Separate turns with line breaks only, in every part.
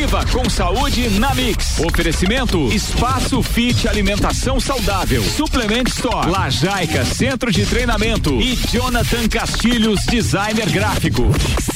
Viva com saúde na Mix. Oferecimento Espaço Fit Alimentação Saudável. Suplement Store. Lajaica Centro de Treinamento. E Jonathan Castilhos, designer gráfico.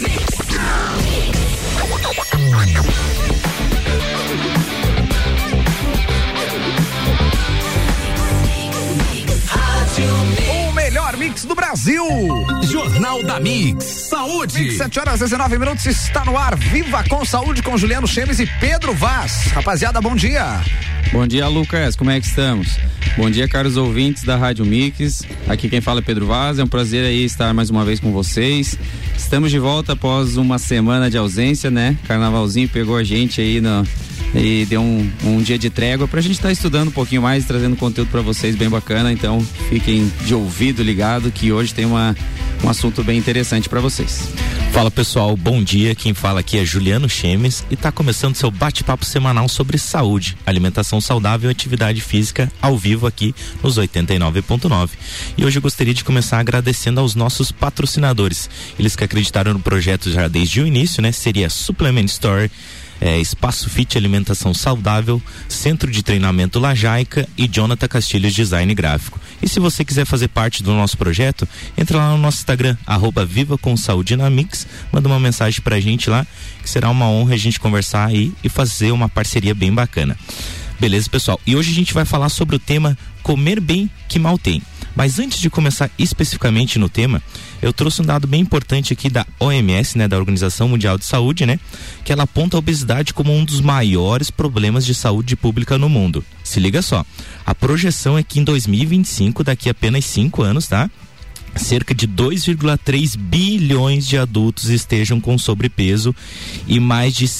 O melhor mix do Brasil.
Jornal da Mix. Saúde.
7h19 está no ar. Viva com saúde com Juliano Chemes e Pedro Vaz. Rapaziada, bom dia.
Bom dia, Lucas. Como é que estamos? Bom dia, caros ouvintes da Rádio Mix. Aqui quem fala é Pedro Vaz. É um prazer aí estar mais uma vez com vocês. Estamos de volta após uma semana de ausência, né? Carnavalzinho pegou a gente aí e deu um dia de trégua pra gente estar estudando um pouquinho mais, trazendo conteúdo pra vocês bem bacana. Então fiquem de ouvido ligado que hoje tem um assunto bem interessante pra vocês.
Fala pessoal, bom dia, quem fala aqui é Juliano Chemes e tá começando seu bate-papo semanal sobre saúde, alimentação saudável e atividade física ao vivo aqui nos 89.9. E hoje eu gostaria de começar agradecendo aos nossos patrocinadores, eles que acreditaram no projeto já desde o início, né? Seria Suplement Store, Espaço Fit Alimentação Saudável, Centro de Treinamento Lajaica e Jonathan Castilhos Design Gráfico. E se você quiser fazer parte do nosso projeto, entra lá no nosso Instagram, @Viva com Saúde na Mix, manda uma mensagem pra gente lá, que será uma honra a gente conversar aí e fazer uma parceria bem bacana. Beleza, pessoal? E hoje a gente vai falar sobre o tema comer bem que mal tem. Mas antes de começar especificamente no tema, eu trouxe um dado bem importante aqui da OMS, né, da Organização Mundial de Saúde, né, que ela aponta a obesidade como um dos maiores problemas de saúde pública no mundo. Se liga só, a projeção é que em 2025, daqui a apenas 5 anos, tá? Cerca de 2,3 bilhões de adultos estejam com sobrepeso e mais de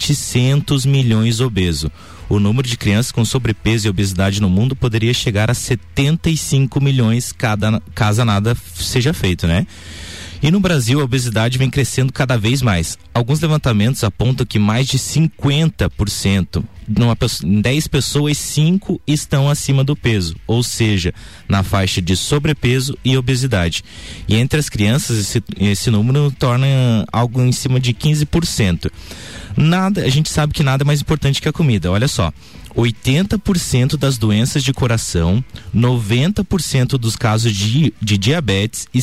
700 milhões obesos. O número de crianças com sobrepeso e obesidade no mundo poderia chegar a 75 milhões caso nada seja feito, né? E no Brasil a obesidade vem crescendo cada vez mais. Alguns levantamentos apontam que mais de 50%, em 10 pessoas, 5 estão acima do peso, ou seja, na faixa de sobrepeso e obesidade. E entre as crianças esse número torna algo em cima de 15%. A gente sabe que nada é mais importante que a comida, olha só. 80% das doenças de coração, 90% dos casos de diabetes e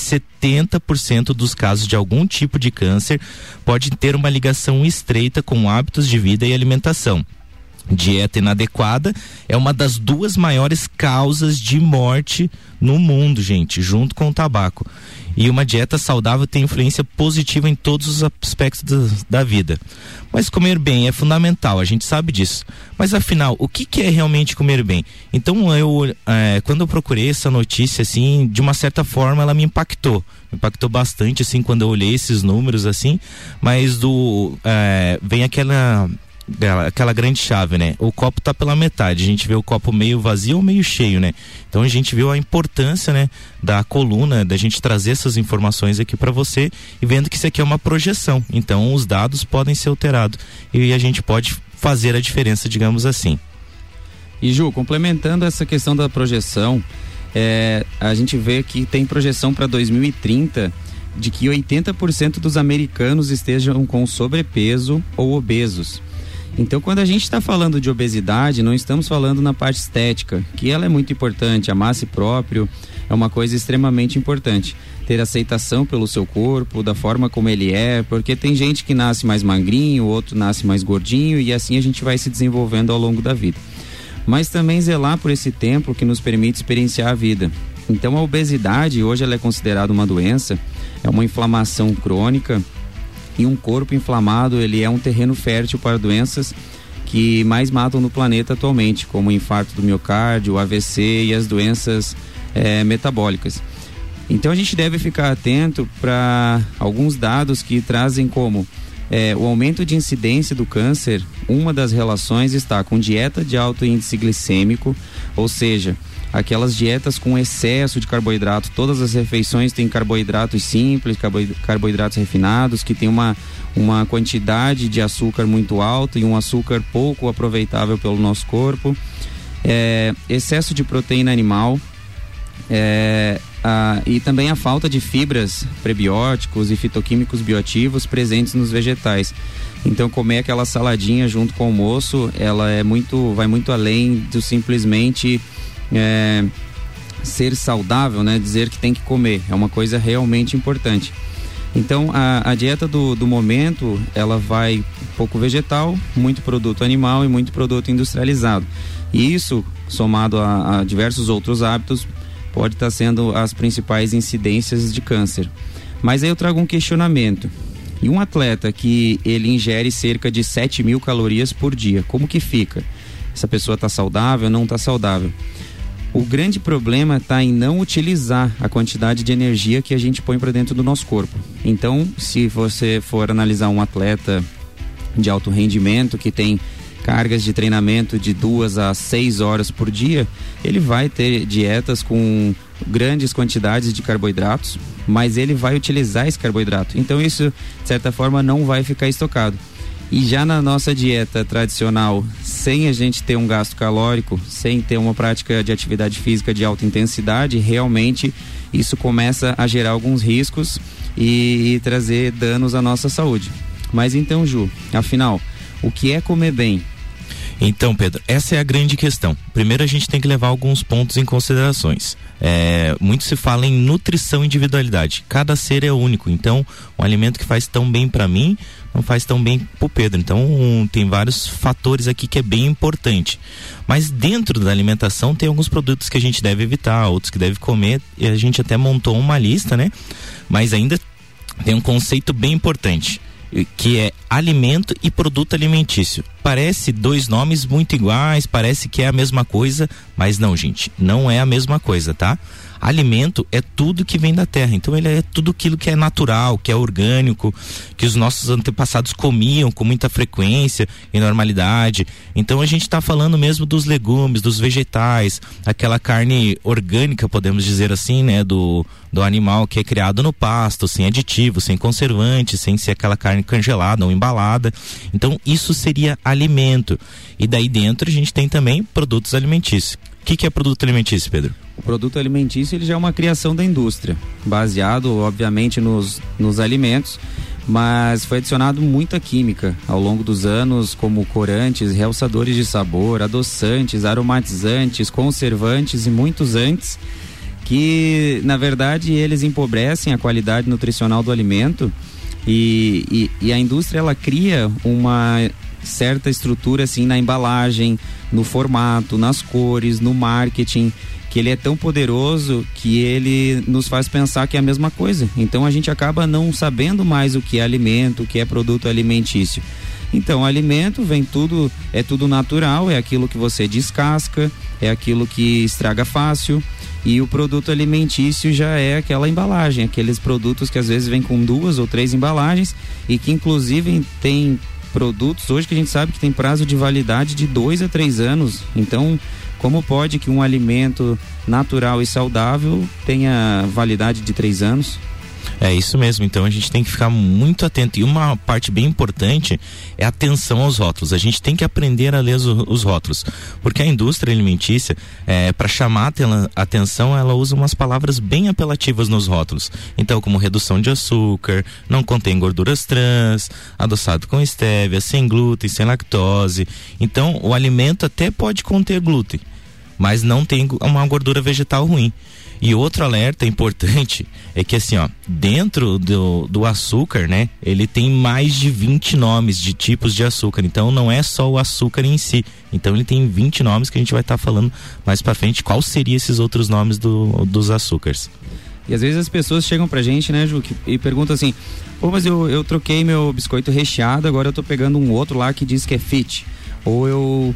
70% dos casos de algum tipo de câncer pode ter uma ligação estreita com hábitos de vida e alimentação. Dieta inadequada é uma das 2 maiores causas de morte no mundo, gente, junto com o tabaco. E uma dieta saudável tem influência positiva em todos os aspectos da vida. Mas comer bem é fundamental, a gente sabe disso. Mas afinal, o que é realmente comer bem? Então quando eu procurei essa notícia, assim, de uma certa forma ela me impactou bastante, assim, quando eu olhei esses números, assim, mas vem aquela grande chave, né? O copo tá pela metade, a gente vê o copo meio vazio ou meio cheio, né? Então a gente viu a importância, né, da coluna, da gente trazer essas informações aqui para você e vendo que isso aqui é uma projeção, então os dados podem ser alterados e a gente pode fazer a diferença, digamos assim.
E Ju, complementando essa questão da projeção, a gente vê que tem projeção para 2030 de que 80% dos americanos estejam com sobrepeso ou obesos. Então, quando a gente está falando de obesidade, não estamos falando na parte estética, que ela é muito importante, amar-se próprio é uma coisa extremamente importante. Ter aceitação pelo seu corpo, da forma como ele é, porque tem gente que nasce mais magrinho, outro nasce mais gordinho e assim a gente vai se desenvolvendo ao longo da vida. Mas também zelar por esse templo que nos permite experienciar a vida. Então, a obesidade, hoje ela é considerada uma doença, é uma inflamação crônica. E um corpo inflamado, ele é um terreno fértil para doenças que mais matam no planeta atualmente, como o infarto do miocárdio, o AVC e as doenças metabólicas. Então a gente deve ficar atento para alguns dados que trazem como o aumento de incidência do câncer. Uma das relações está com dieta de alto índice glicêmico, ou seja, aquelas dietas com excesso de carboidrato. Todas as refeições têm carboidratos simples, carboidratos refinados, que tem uma quantidade de açúcar muito alta e um açúcar pouco aproveitável pelo nosso corpo. Excesso de proteína animal, e também a falta de fibras, prebióticos e fitoquímicos bioativos presentes nos vegetais. Então, comer aquela saladinha junto com o almoço, ela vai muito além do simplesmente ser saudável, né? Dizer que tem que comer, é uma coisa realmente importante. Então, a dieta do momento, ela vai pouco vegetal, muito produto animal e muito produto industrializado. E isso, somado a diversos outros hábitos, pode estar sendo as principais incidências de câncer. Mas aí eu trago um questionamento. E um atleta que ele ingere cerca de 7.000 calorias por dia, como que fica? Essa pessoa está saudável ou não está saudável? O grande problema está em não utilizar a quantidade de energia que a gente põe para dentro do nosso corpo. Então, se você for analisar um atleta de alto rendimento que tem cargas de treinamento de 2 a 6 horas por dia, ele vai ter dietas com grandes quantidades de carboidratos, mas ele vai utilizar esse carboidrato. Então isso, de certa forma, não vai ficar estocado. E já na nossa dieta tradicional, sem a gente ter um gasto calórico, sem ter uma prática de atividade física de alta intensidade, realmente isso começa a gerar alguns riscos e trazer danos à nossa saúde. Mas então, Ju, afinal, o que é comer bem?
Então, Pedro, essa é a grande questão. Primeiro a gente tem que levar alguns pontos em considerações. Muito se fala em nutrição e individualidade. Cada ser é único, então um alimento que faz tão bem para mim não faz tão bem pro Pedro. Então tem vários fatores aqui que é bem importante. Mas dentro da alimentação tem alguns produtos que a gente deve evitar, outros que deve comer, e a gente até montou uma lista, né? Mas ainda tem um conceito bem importante, que é alimento e produto alimentício. Parece dois nomes muito iguais, parece que é a mesma coisa, mas não, gente, não é a mesma coisa, tá? Alimento é tudo que vem da terra, então ele é tudo aquilo que é natural, que é orgânico, que os nossos antepassados comiam com muita frequência e normalidade. Então a gente está falando mesmo dos legumes, dos vegetais, aquela carne orgânica, podemos dizer assim, né, do animal que é criado no pasto, sem aditivos, sem conservantes, sem ser aquela carne congelada ou embalada. Então isso seria alimento. E daí dentro a gente tem também produtos alimentícios. O que é produto alimentício, Pedro?
O produto alimentício ele já é uma criação da indústria, baseado obviamente nos alimentos, mas foi adicionado muita química ao longo dos anos, como corantes, realçadores de sabor, adoçantes, aromatizantes, conservantes e muitos antes, que na verdade eles empobrecem a qualidade nutricional do alimento, e a indústria ela cria uma certa estrutura assim na embalagem, no formato, nas cores, no marketing, que ele é tão poderoso que ele nos faz pensar que é a mesma coisa. Então a gente acaba não sabendo mais o que é alimento, o que é produto alimentício. Então alimento é tudo natural, é aquilo que você descasca, é aquilo que estraga fácil, e o produto alimentício já é aquela embalagem, aqueles produtos que às vezes vêm com 2 ou 3 embalagens e que inclusive tem produtos hoje que a gente sabe que tem prazo de validade de 2 a 3 anos. Então, como pode que um alimento natural e saudável tenha validade de 3 anos?
É isso mesmo, então a gente tem que ficar muito atento, e uma parte bem importante é a atenção aos rótulos. A gente tem que aprender a ler os rótulos, porque a indústria alimentícia, para chamar a atenção, ela usa umas palavras bem apelativas nos rótulos. Então, como redução de açúcar, não contém gorduras trans, adoçado com estévia, sem glúten, sem lactose. Então o alimento até pode conter glúten, mas não tem uma gordura vegetal ruim. E outro alerta importante é que assim, ó, dentro do açúcar, né, ele tem mais de 20 nomes de tipos de açúcar. Então não é só o açúcar em si. Então ele tem 20 nomes que a gente vai estar falando mais pra frente. Qual seriam esses outros nomes dos açúcares?
E às vezes as pessoas chegam pra gente, né, Ju, e perguntam assim: pô, mas eu troquei meu biscoito recheado, agora eu tô pegando um outro lá que diz que é fit. Ou eu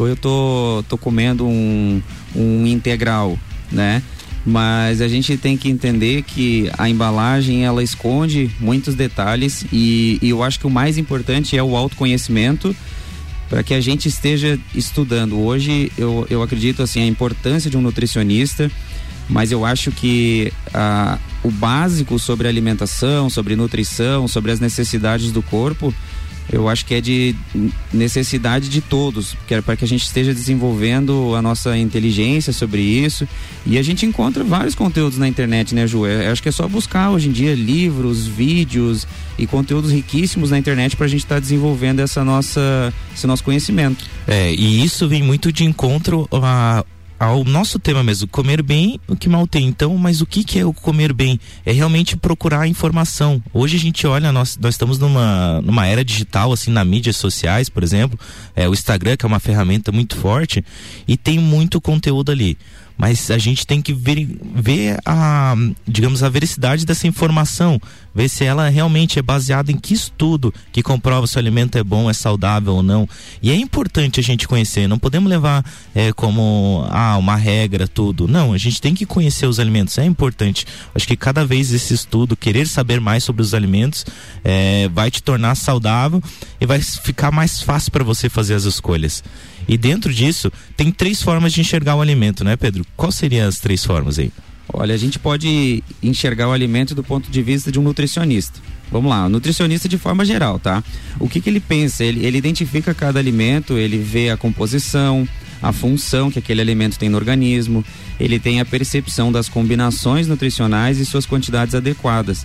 tô comendo um integral, né? Mas a gente tem que entender que a embalagem ela esconde muitos detalhes, e eu acho que o mais importante é o autoconhecimento para que a gente esteja estudando. Hoje eu acredito assim a importância de um nutricionista, mas eu acho que o básico sobre alimentação, sobre nutrição, sobre as necessidades do corpo eu acho que é de necessidade de todos, para que a gente esteja desenvolvendo a nossa inteligência sobre isso. E a gente encontra vários conteúdos na internet, né, Ju? Eu acho que é só buscar hoje em dia livros, vídeos e conteúdos riquíssimos na internet para a gente estar desenvolvendo esse nosso conhecimento.
E isso vem muito de encontro ao nosso tema mesmo, comer bem, o que mal tem. Então, mas o que é o comer bem? É realmente procurar informação. Hoje a gente olha, nós estamos numa era digital, assim, nas mídias sociais, por exemplo, o Instagram, que é uma ferramenta muito forte, e tem muito conteúdo ali. Mas a gente tem que ver a veracidade dessa informação, ver se ela realmente é baseada em que estudo que comprova se o alimento é bom, é saudável ou não. E é importante a gente conhecer, não podemos levar como uma regra, tudo. Não, a gente tem que conhecer os alimentos, é importante. Acho que cada vez esse estudo, querer saber mais sobre os alimentos, vai te tornar saudável e vai ficar mais fácil para você fazer as escolhas. E dentro disso, tem 3 formas de enxergar o alimento, né, Pedro? Quais seriam as 3 formas aí?
Olha, a gente pode enxergar o alimento do ponto de vista de um nutricionista. Vamos lá, o nutricionista de forma geral, tá? O que ele pensa? Ele identifica cada alimento, ele vê a composição, a função que aquele alimento tem no organismo, ele tem a percepção das combinações nutricionais e suas quantidades adequadas.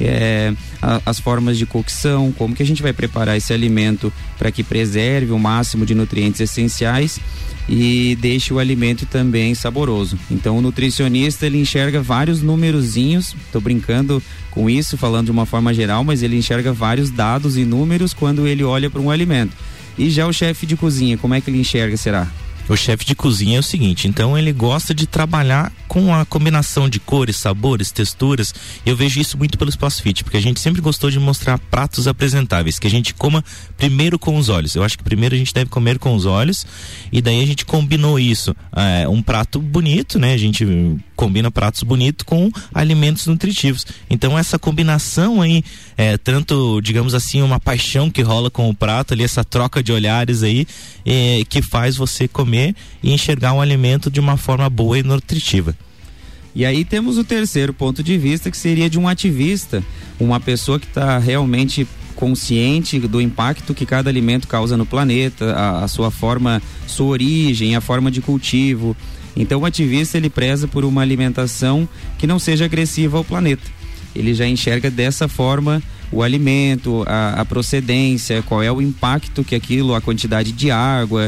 As formas de cocção, como que a gente vai preparar esse alimento para que preserve o máximo de nutrientes essenciais e deixe o alimento também saboroso. Então o nutricionista, ele enxerga vários numerozinhos, tô brincando com isso, falando de uma forma geral, mas ele enxerga vários dados e números quando ele olha para um alimento. E já o chefe de cozinha, como é que ele enxerga, será?
O chefe de cozinha é o seguinte, então ele gosta de trabalhar com a combinação de cores, sabores, texturas. Eu vejo isso muito pelo Espaço Fit, porque a gente sempre gostou de mostrar pratos apresentáveis, que a gente coma primeiro com os olhos. Eu acho que primeiro a gente deve comer com os olhos, e daí a gente combinou isso, um prato bonito, né? A gente combina pratos bonitos com alimentos nutritivos. Então essa combinação aí, tanto, digamos assim, uma paixão que rola com o prato ali, essa troca de olhares aí, que faz você comer e enxergar um alimento de uma forma boa e nutritiva.
E aí temos o terceiro ponto de vista, que seria de um ativista, uma pessoa que está realmente consciente do impacto que cada alimento causa no planeta, a sua forma, sua origem, a forma de cultivo. Então o ativista, ele preza por uma alimentação que não seja agressiva ao planeta. Ele já enxerga dessa forma o alimento, a procedência, qual é o impacto que aquilo, a quantidade de água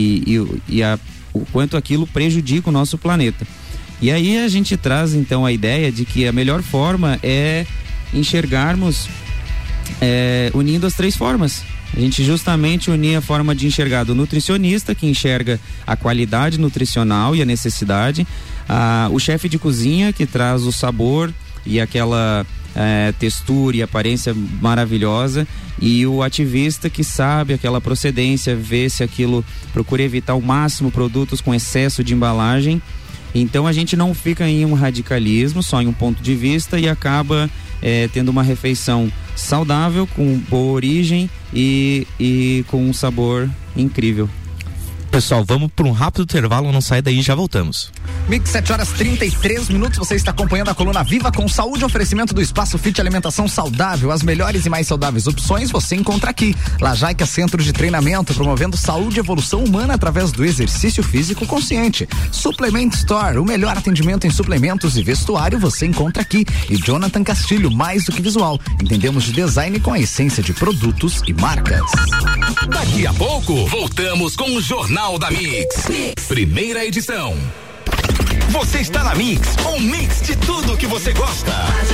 o quanto aquilo prejudica o nosso planeta. E aí a gente traz então a ideia de que a melhor forma é enxergarmos unindo as 3 formas. A gente justamente unir a forma de enxergar do nutricionista, que enxerga a qualidade nutricional e a necessidade, o chefe de cozinha, que traz o sabor e aquela textura e aparência maravilhosa, e o ativista, que sabe aquela procedência, vê se aquilo, procura evitar ao máximo produtos com excesso de embalagem. Então a gente não fica em um radicalismo, só em um ponto de vista, e acaba tendo uma refeição saudável, com boa origem e com um sabor incrível.
Pessoal, vamos para um rápido intervalo, não sai daí, já voltamos.
Mix, 7h33, você está acompanhando a coluna Viva com Saúde, oferecimento do Espaço Fit Alimentação Saudável. As melhores e mais saudáveis opções você encontra aqui. Lajaica Centro de Treinamento, promovendo saúde e evolução humana através do exercício físico consciente. Suplement Store, o melhor atendimento em suplementos e vestuário você encontra aqui. E Jonathan Castilho, mais do que visual. Entendemos de design com a essência de produtos e marcas.
Daqui a pouco, voltamos com o Jornal da Mix. Primeira edição. Você está na Mix, um mix de tudo que você gosta.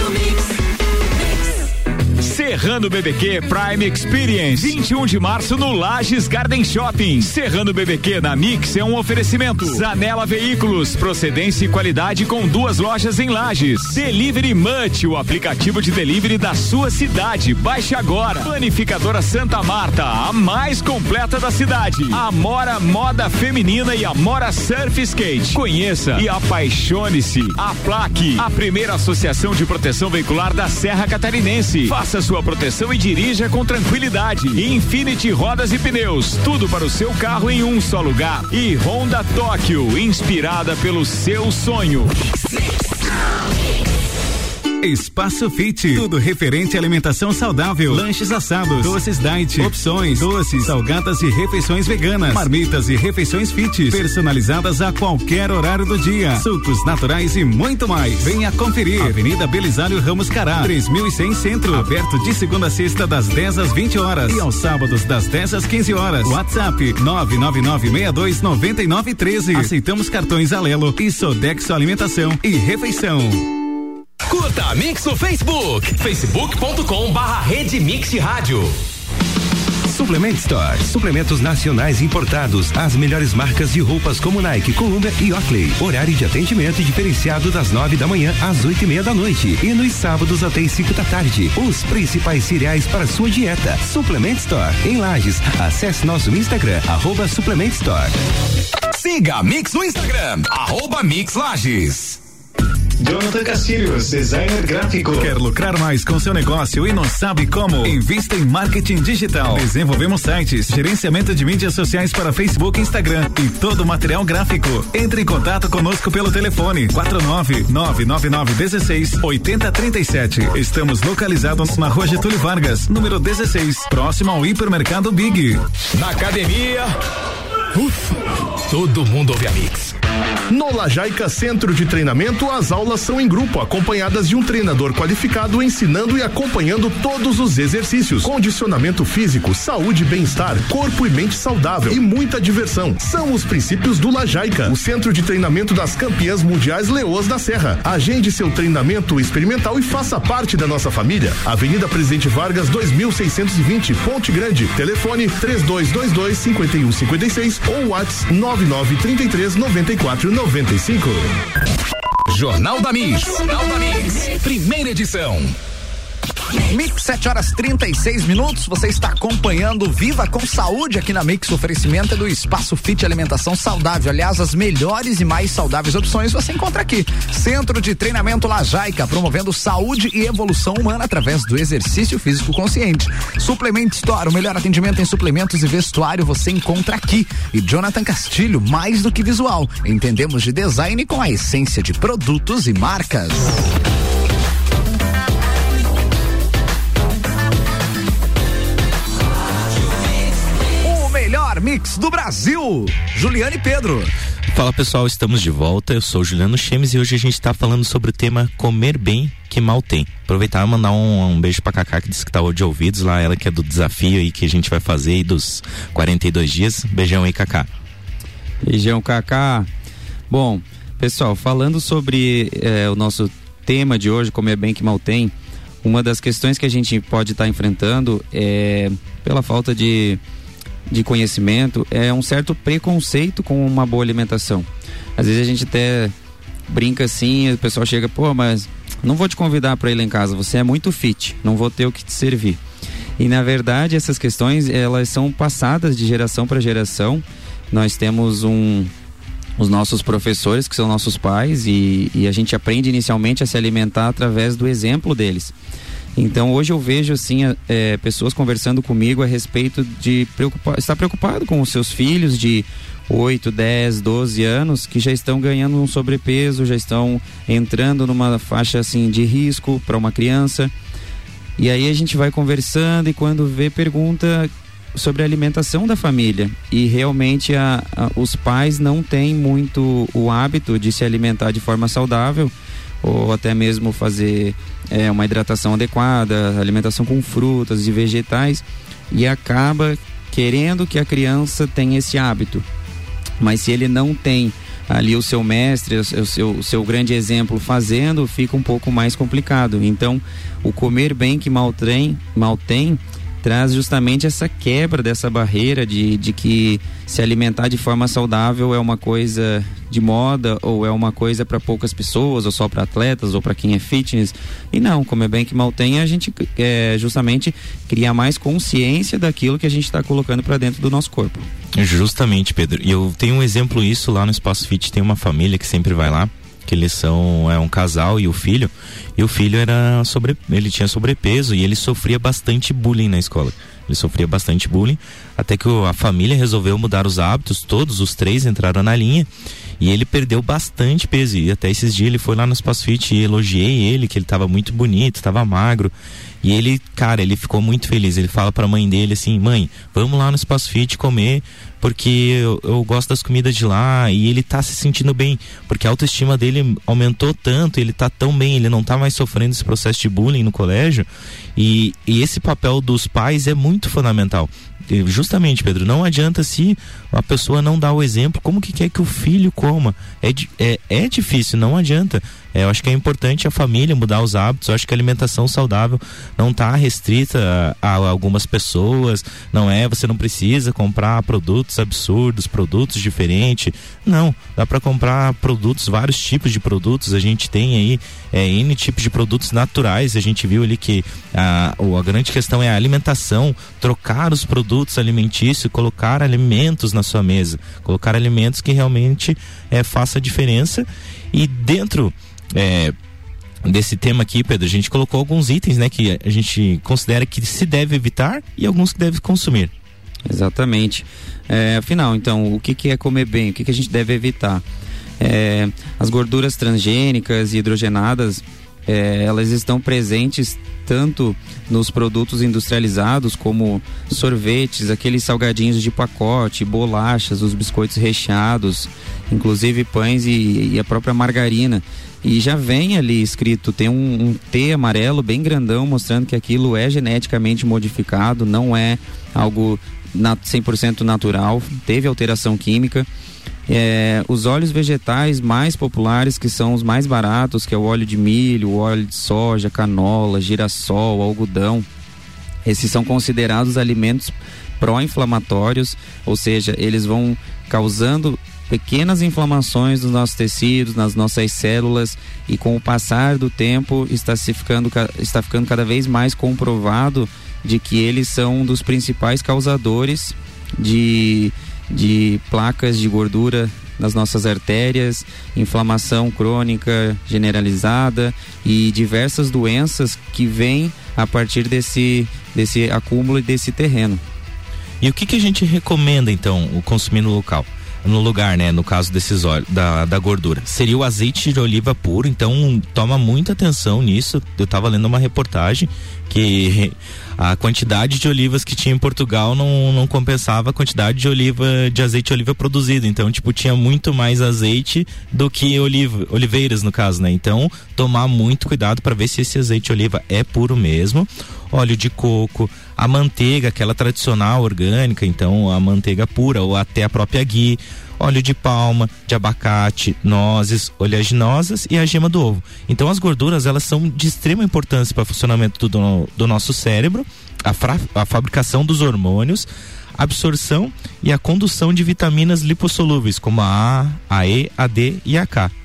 Serrano BBQ Prime Experience, 21 de março no Lages Garden Shopping. Serrano BBQ na Mix é um oferecimento. Zanela Veículos, procedência e qualidade com 2 lojas em Lages. Delivery Munch, o aplicativo de delivery da sua cidade. Baixe agora. Planificadora Santa Marta, a mais completa da cidade. Amora Moda Feminina e Amora Surf Skate. Conheça e apaixone-se. A Plaque, a primeira associação de proteção veicular da Serra Catarinense. Faça sua proteção e dirija com tranquilidade. Infinity Rodas e Pneus, tudo para o seu carro em um só lugar. E Honda Tóquio, inspirada pelo seu sonho. Espaço Fit, tudo referente à alimentação saudável, lanches assados, doces diet, opções, doces, salgadas e refeições veganas, marmitas e refeições fit, personalizadas a qualquer horário do dia, sucos naturais e muito mais. Venha conferir. Avenida Belisário Ramos Cará, 3100 Centro, aberto de segunda a sexta das 10 às 20 horas e aos sábados das 10 às 15 horas. WhatsApp 999629913. Aceitamos cartões Alelo e Sodexo Alimentação e Refeição.
Curta a Mix no Facebook, facebook.com/Rede Mix Rádio.
Suplement Store, suplementos nacionais importados, as melhores marcas de roupas como Nike, Columbia e Oakley. Horário de atendimento diferenciado das 9 da manhã às 8:30 da noite e nos sábados até as 5 da tarde. Os principais cereais para sua dieta. Suplement Store em Lages. Acesse nosso Instagram @Suplement Store.
Siga a Mix no Instagram @MixLages.
Jonathan Castilhos, designer gráfico. Quer lucrar mais com seu negócio e não sabe como? Invista em marketing digital. Desenvolvemos sites, gerenciamento de mídias sociais para Facebook e Instagram e todo o material gráfico. Entre em contato conosco pelo telefone 49999168037. Estamos localizados na Rua Getúlio Vargas, número 16, próximo ao hipermercado Big.
Na academia, todo mundo ouve a Mix.
No Lajaica Centro de Treinamento, as aulas são em grupo, acompanhadas de um treinador qualificado ensinando e acompanhando todos os exercícios. Condicionamento físico, saúde e bem-estar, corpo e mente saudável e muita diversão. São os princípios do Lajaica, o centro de treinamento das campeãs mundiais Leoas da Serra. Agende seu treinamento experimental e faça parte da nossa família. Avenida Presidente Vargas, 2620, Ponte Grande. Telefone 3222-5156 ou WhatsApp 9933-9495.
Jornal da Mix. Primeira edição.
Mix, 7h36. Você está acompanhando Viva com Saúde aqui na Mix. O oferecimento é do Espaço Fit Alimentação Saudável. Aliás, as melhores e mais saudáveis opções você encontra aqui. Centro de Treinamento Lajaica, promovendo saúde e evolução humana através do exercício físico consciente. Suplement Store, o melhor atendimento em suplementos e vestuário você encontra aqui. E Jonathan Castilho, mais do que visual. Entendemos de design com a essência de produtos e marcas. Mix do Brasil, Juliane e Pedro.
Fala pessoal, estamos de volta, eu sou Juliano Chemes e hoje a gente está falando sobre o tema comer bem que mal tem. Aproveitar e mandar um beijo pra Cacá, que disse que tá de ouvidos lá, ela que é do desafio aí que a gente vai fazer aí dos 42 dias. Beijão aí, Cacá.
Beijão, Cacá. Bom, pessoal, falando sobre o nosso tema de hoje, comer bem que mal tem, uma das questões que a gente pode estar enfrentando é, pela falta de conhecimento, é um certo preconceito com uma boa alimentação. Às vezes a gente até brinca assim, o pessoal chega, pô, mas não vou te convidar para ir lá em casa, você é muito fit, não vou ter o que te servir. E na verdade essas questões, elas são passadas de geração para geração. Nós temos os nossos professores, que são nossos pais, e a gente aprende inicialmente a se alimentar através do exemplo deles. Então hoje eu vejo assim pessoas conversando comigo a respeito de estar preocupado com os seus filhos de 8, 10, 12 anos que já estão ganhando um sobrepeso, já estão entrando numa faixa assim de risco para uma criança. E aí a gente vai conversando e quando vê, pergunta sobre a alimentação da família, e realmente os pais não têm muito o hábito de se alimentar de forma saudável, ou até mesmo fazer uma hidratação adequada, alimentação com frutas e vegetais, e acaba querendo que a criança tenha esse hábito. Mas se ele não tem ali o seu mestre, o seu grande exemplo fazendo, fica um pouco mais complicado. Então, o comer bem que mal tem traz justamente essa quebra dessa barreira de que se alimentar de forma saudável é uma coisa de moda, ou é uma coisa para poucas pessoas, ou só para atletas, ou para quem é fitness. E não, comer bem que mal tem, a gente justamente criar mais consciência daquilo que a gente está colocando para dentro do nosso corpo.
Justamente, Pedro. E eu tenho um exemplo disso lá no Espaço Fit, tem uma família que sempre vai lá, que eles são um casal e o filho ele tinha sobrepeso e ele sofria bastante bullying na escola. Ele sofria bastante bullying, até que a família resolveu mudar os hábitos, todos os três entraram na linha E ele perdeu bastante peso, e até esses dias ele foi lá no Espaço Fit e elogiei ele, que ele tava muito bonito, tava magro. E ele, cara, ele ficou muito feliz. Ele fala pra mãe dele assim: mãe, vamos lá no Espaço Fit comer, porque eu gosto das comidas de lá. E ele tá se sentindo bem, porque a autoestima dele aumentou tanto, ele tá tão bem, ele não tá mais sofrendo esse processo de bullying no colégio. E esse papel dos pais é muito fundamental. Justamente, Pedro, não adianta se a pessoa não dá o exemplo, como que quer que o filho coma? É difícil, não adianta. Eu acho que é importante a família mudar os hábitos. Eu acho que a alimentação saudável não está restrita a algumas pessoas, você não precisa comprar produtos absurdos, produtos diferentes. Não, dá para comprar produtos, vários tipos de produtos. A gente tem aí N tipos de produtos naturais. A gente viu ali que a grande questão é a alimentação, trocar os produtos alimentícios, colocar alimentos na sua mesa, colocar alimentos que realmente faça a diferença. E dentro desse tema aqui, Pedro, a gente colocou alguns itens, né, que a gente considera que se deve evitar e alguns que deve consumir.
Exatamente. Afinal, então, o que é comer bem? O que a gente deve evitar? As gorduras transgênicas e hidrogenadas, elas estão presentes tanto nos produtos industrializados como sorvetes, aqueles salgadinhos de pacote, bolachas, os biscoitos recheados, inclusive pães e a própria margarina. E já vem ali escrito, tem um T amarelo bem grandão mostrando que aquilo é geneticamente modificado, não é algo 100% natural, teve alteração química. Os óleos vegetais mais populares, que são os mais baratos, que é o óleo de milho, o óleo de soja, canola, girassol, algodão, esses são considerados alimentos pró-inflamatórios, ou seja, eles vão causando pequenas inflamações nos nossos tecidos, nas nossas células, e com o passar do tempo está ficando cada vez mais comprovado de que eles são um dos principais causadores de placas de gordura nas nossas artérias, inflamação crônica generalizada e diversas doenças que vêm a partir desse acúmulo e desse terreno.
E o que a gente recomenda então o consumir no lugar, né? No caso desses óleos, da gordura, seria o azeite de oliva puro. Então toma muita atenção nisso. Eu tava lendo uma reportagem que a quantidade de olivas que tinha em Portugal não compensava a quantidade de azeite de oliva produzido. Então, tinha muito mais azeite do que oliveiras, no caso, né? Então, tomar muito cuidado para ver se esse azeite de oliva é puro mesmo. Óleo de coco, a manteiga, aquela tradicional orgânica, então a manteiga pura ou até a própria ghee, óleo de palma, de abacate, nozes, oleaginosas e a gema do ovo. Então as gorduras, elas são de extrema importância para o funcionamento do nosso cérebro, a fabricação dos hormônios, a absorção e a condução de vitaminas lipossolúveis como a A, a E, a D e a K.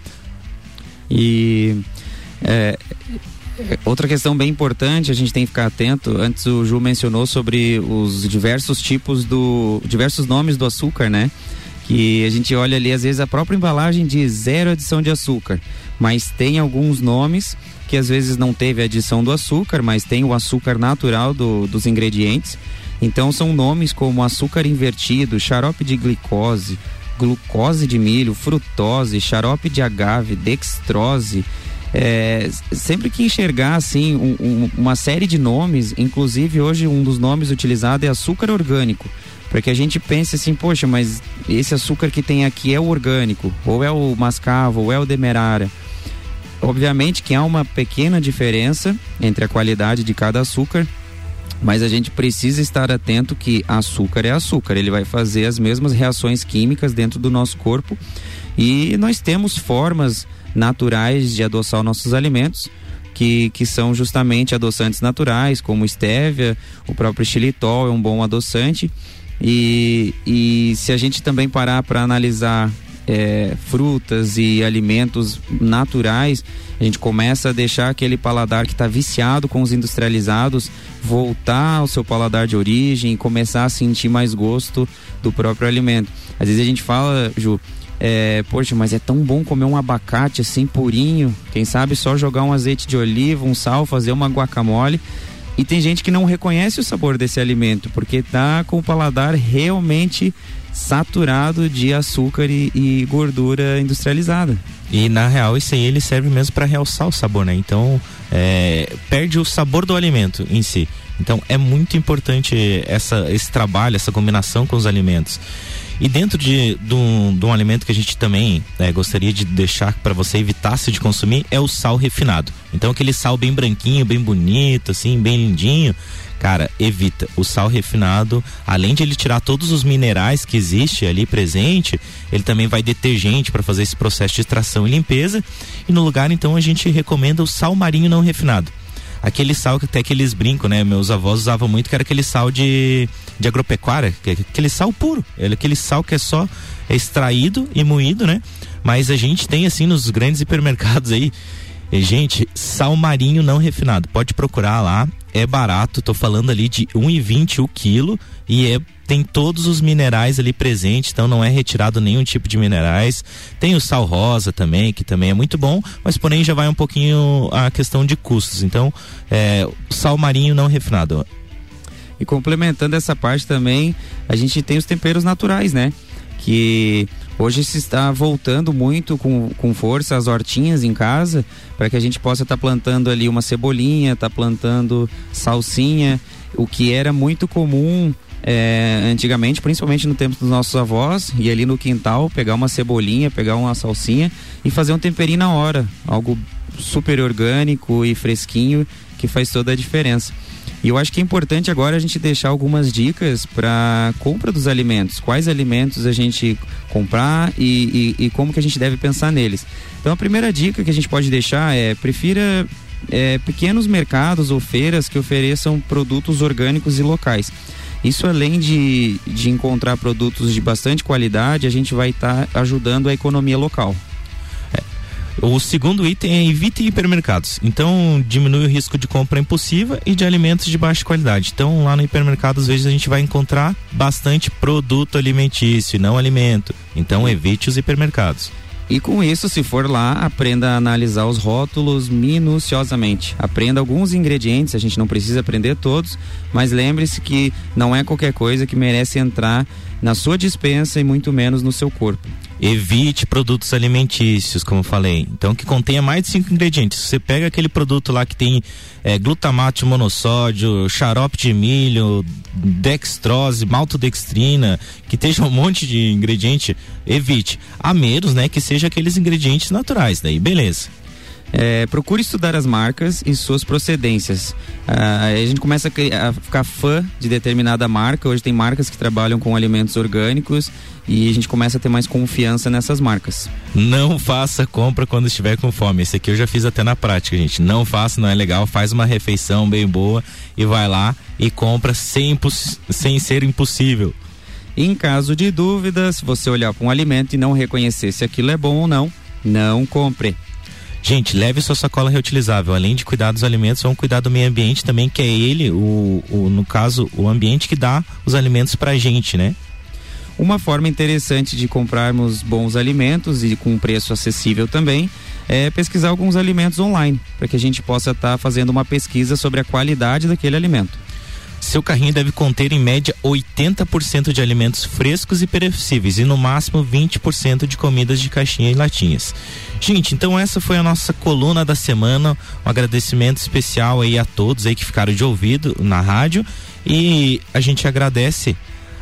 E outra questão bem importante, a gente tem que ficar atento. Antes o Ju mencionou sobre os diversos nomes do açúcar, né? Que a gente olha ali, às vezes a própria embalagem diz 0 adição de açúcar, mas tem alguns nomes que às vezes não teve adição do açúcar, mas tem o açúcar natural dos ingredientes. Então são nomes como açúcar invertido, xarope de glicose, glucose de milho, frutose, xarope de agave, dextrose. Sempre que enxergar assim uma série de nomes, inclusive hoje um dos nomes utilizado é açúcar orgânico, para que a gente pense assim, poxa, mas esse açúcar que tem aqui é o orgânico, ou é o mascavo, ou é o demerara. Obviamente que há uma pequena diferença entre a qualidade de cada açúcar, mas a gente precisa estar atento que açúcar é açúcar, ele vai fazer as mesmas reações químicas dentro do nosso corpo, e nós temos formas naturais de adoçar os nossos alimentos, que são justamente adoçantes naturais, como estévia, o próprio xilitol é um bom adoçante. E se a gente também parar para analisar frutas e alimentos naturais, a gente começa a deixar aquele paladar que está viciado com os industrializados voltar ao seu paladar de origem e começar a sentir mais gosto do próprio alimento. Às vezes a gente fala, Ju, poxa, mas é tão bom comer um abacate assim purinho, quem sabe só jogar um azeite de oliva, um sal, fazer uma guacamole E tem gente que não reconhece o sabor desse alimento, porque tá com o paladar realmente saturado de açúcar e gordura industrializada.
E na real isso aí ele serve mesmo para realçar o sabor, né? Então perde o sabor do alimento em si. Então é muito importante esse trabalho, essa combinação com os alimentos. E dentro de um alimento que a gente também gostaria de deixar para você evitar-se de consumir é o sal refinado. Então aquele sal bem branquinho, bem bonito, assim, bem lindinho. Cara, evita. O sal refinado, além de ele tirar todos os minerais que existe ali presente, ele também vai detergente para fazer esse processo de extração e limpeza. E no lugar, então, a gente recomenda o sal marinho não refinado. Aquele sal que até que eles brincam, né? Meus avós usavam muito, que era aquele sal de agropecuária, que é aquele sal puro. Aquele sal que é só extraído e moído, né? Mas a gente tem, assim, nos grandes hipermercados aí, gente, sal marinho não refinado. Pode procurar lá, é barato, tô falando ali de R$1,20 o quilo e tem todos os minerais ali presentes, então não é retirado nenhum tipo de minerais. Tem o sal rosa também, que também é muito bom, mas porém já vai um pouquinho a questão de custos. Então, sal marinho não refinado.
E complementando essa parte também, a gente tem os temperos naturais, né? Que hoje se está voltando muito com força as hortinhas em casa, para que a gente possa estar plantando ali uma cebolinha, plantando salsinha, o que era muito comum antigamente, principalmente no tempo dos nossos avós, e ali no quintal pegar uma cebolinha, pegar uma salsinha e fazer um temperinho na hora, algo super orgânico e fresquinho, que faz toda a diferença. E eu acho que é importante agora a gente deixar algumas dicas para compra dos alimentos, quais alimentos a gente comprar e como que a gente deve pensar neles. Então a primeira dica que a gente pode deixar prefira pequenos mercados ou feiras que ofereçam produtos orgânicos e locais. Isso, além de encontrar produtos de bastante qualidade, a gente vai estar ajudando a economia local.
O segundo item é evite hipermercados. Então, diminui o risco de compra impulsiva e de alimentos de baixa qualidade. Então, lá no hipermercado, às vezes, a gente vai encontrar bastante produto alimentício e não alimento. Então, evite os hipermercados.
E com isso, se for lá, aprenda a analisar os rótulos minuciosamente. Aprenda alguns ingredientes, a gente não precisa aprender todos, mas lembre-se que não é qualquer coisa que merece entrar na sua despensa e muito menos no seu corpo.
Evite produtos alimentícios, como eu falei. Então, que contenha mais de 5 ingredientes. Você pega aquele produto lá que tem glutamato de monossódio, xarope de milho, dextrose, maltodextrina, que esteja um monte de ingrediente, evite. A menos, né, que seja aqueles ingredientes naturais. Daí, beleza.
Procure estudar as marcas e suas procedências. A gente começa a ficar fã de determinada marca. Hoje tem marcas que trabalham com alimentos orgânicos e a gente começa a ter mais confiança nessas marcas.
Não faça compra quando estiver com fome. Esse aqui eu já fiz até na prática, gente. Não faça, não é legal. Faz uma refeição bem boa e vai lá e compra sem ser impossível.
Em caso de dúvida, se você olhar para um alimento e não reconhecer se aquilo é bom ou não, não compre.
Gente, leve sua sacola reutilizável. Além de cuidar dos alimentos, vamos cuidar do meio ambiente também, que é ele, no caso, o ambiente que dá os alimentos pra gente, né?
Uma forma interessante de comprarmos bons alimentos e com preço acessível também é pesquisar alguns alimentos online, para que a gente possa estar fazendo uma pesquisa sobre a qualidade daquele alimento.
Seu carrinho deve conter em média 80% de alimentos frescos e perecíveis e no máximo 20% de comidas de caixinha e latinhas. Gente, então essa foi a nossa coluna da semana. Um agradecimento especial aí a todos aí que ficaram de ouvido na rádio e a gente agradece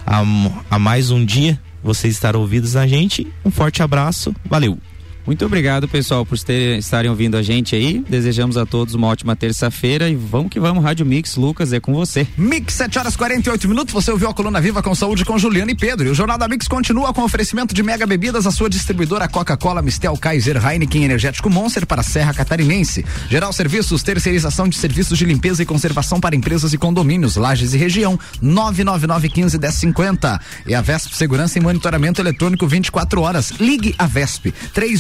a mais um dia vocês estarem ouvidos na gente. Um forte abraço, valeu!
Muito obrigado, pessoal, por estarem ouvindo a gente aí. Desejamos a todos uma ótima terça-feira e vamos que vamos. Rádio Mix, Lucas, é com você.
Mix, 7h48. Você ouviu a Coluna Viva com Saúde com Juliano e Pedro. E o Jornal da Mix continua com oferecimento de Mega Bebidas, a sua distribuidora Coca-Cola, Mistel, Kaiser, Heineken, Energético Monster para a Serra Catarinense. Geral Serviços, terceirização de serviços de limpeza e conservação para empresas e condomínios, Lages e região, 99915-1050. E a Vesp Segurança e Monitoramento Eletrônico 24 horas. Ligue a Vesp,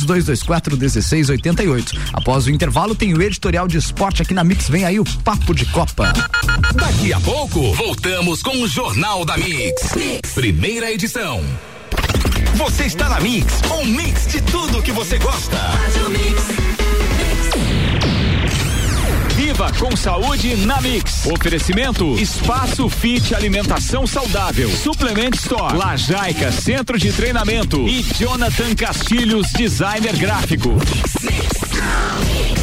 3224-1688. Após o intervalo tem o editorial de esporte aqui na Mix, vem aí o Papo de Copa.
Daqui a pouco, voltamos com o Jornal da Mix. Primeira edição. Você está na Mix, um mix de tudo que você gosta.
Viva com saúde na Mix. Oferecimento Espaço Fit Alimentação Saudável. Suplement Store. Lajaica Centro de Treinamento. E Jonathan Castilhos, designer gráfico.